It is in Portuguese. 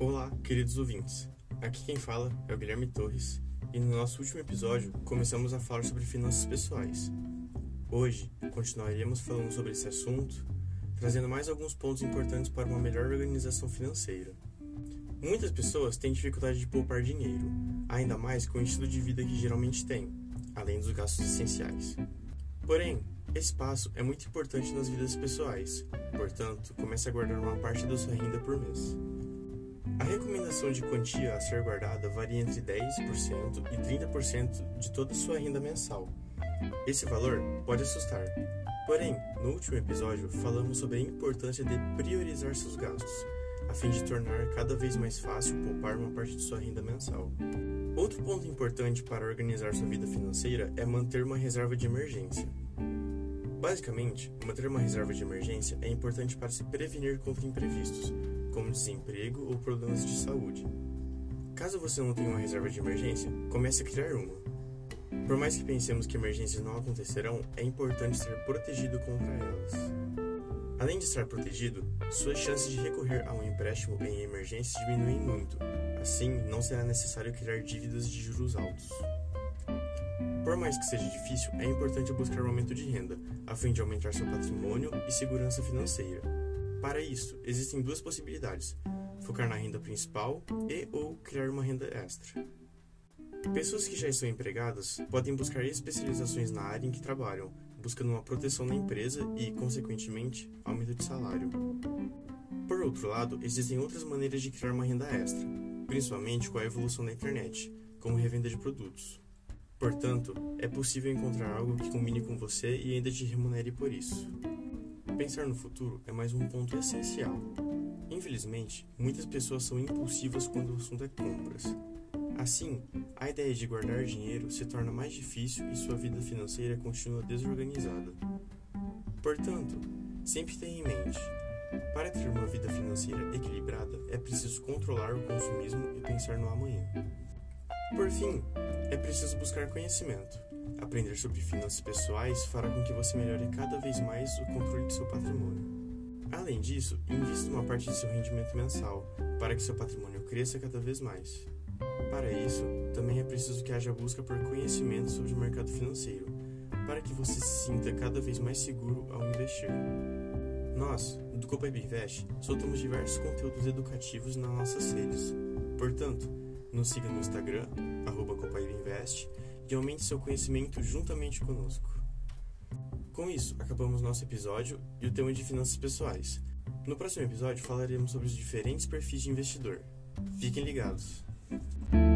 Olá, queridos ouvintes. Aqui quem fala é o Guilherme Torres e no nosso último episódio começamos a falar sobre finanças pessoais. Hoje continuaremos falando sobre esse assunto, trazendo mais alguns pontos importantes para uma melhor organização financeira. Muitas pessoas têm dificuldade de poupar dinheiro, ainda mais com o estilo de vida que geralmente têm, além dos gastos essenciais. Porém, esse passo é muito importante nas vidas pessoais, portanto, comece a guardar uma parte da sua renda por mês. A recomendação de quantia a ser guardada varia entre 10% e 30% de toda a sua renda mensal. Esse valor pode assustar, porém, no último episódio falamos sobre a importância de priorizar seus gastos, a fim de tornar cada vez mais fácil poupar uma parte de sua renda mensal. Outro ponto importante para organizar sua vida financeira é manter uma reserva de emergência. Basicamente, manter uma reserva de emergência é importante para se prevenir contra imprevistos, como desemprego ou problemas de saúde. Caso você não tenha uma reserva de emergência, comece a criar uma. Por mais que pensemos que emergências não acontecerão, é importante ser protegido contra elas. Além de estar protegido, suas chances de recorrer a um empréstimo em emergência diminuem muito. Assim, não será necessário criar dívidas de juros altos. Por mais que seja difícil, é importante buscar um aumento de renda, a fim de aumentar seu patrimônio e segurança financeira. Para isso, existem duas possibilidades: focar na renda principal ou criar uma renda extra. Pessoas que já estão empregadas podem buscar especializações na área em que trabalham, buscando uma proteção na empresa e, consequentemente, aumento de salário. Por outro lado, existem outras maneiras de criar uma renda extra, principalmente com a evolução da internet, como revenda de produtos. Portanto, é possível encontrar algo que combine com você e ainda te remunere por isso. Pensar no futuro é mais um ponto essencial. Infelizmente, muitas pessoas são impulsivas quando o assunto é compras. Assim, a ideia de guardar dinheiro se torna mais difícil e sua vida financeira continua desorganizada. Portanto, sempre tenha em mente: para ter uma vida financeira equilibrada, é preciso controlar o consumismo e pensar no amanhã. Por fim, é preciso buscar conhecimento. Aprender sobre finanças pessoais fará com que você melhore cada vez mais o controle de seu patrimônio. Além disso, invista uma parte de seu rendimento mensal, para que seu patrimônio cresça cada vez mais. Para isso, também é preciso que haja busca por conhecimento sobre o mercado financeiro, para que você se sinta cada vez mais seguro ao investir. Nós, do Copaíba Invest, soltamos diversos conteúdos educativos nas nossas redes. Portanto, nos siga no Instagram, @CopaíbaInvest, e aumente seu conhecimento juntamente conosco. Com isso, acabamos nosso episódio e o tema de finanças pessoais. No próximo episódio falaremos sobre os diferentes perfis de investidor. Fiquem ligados!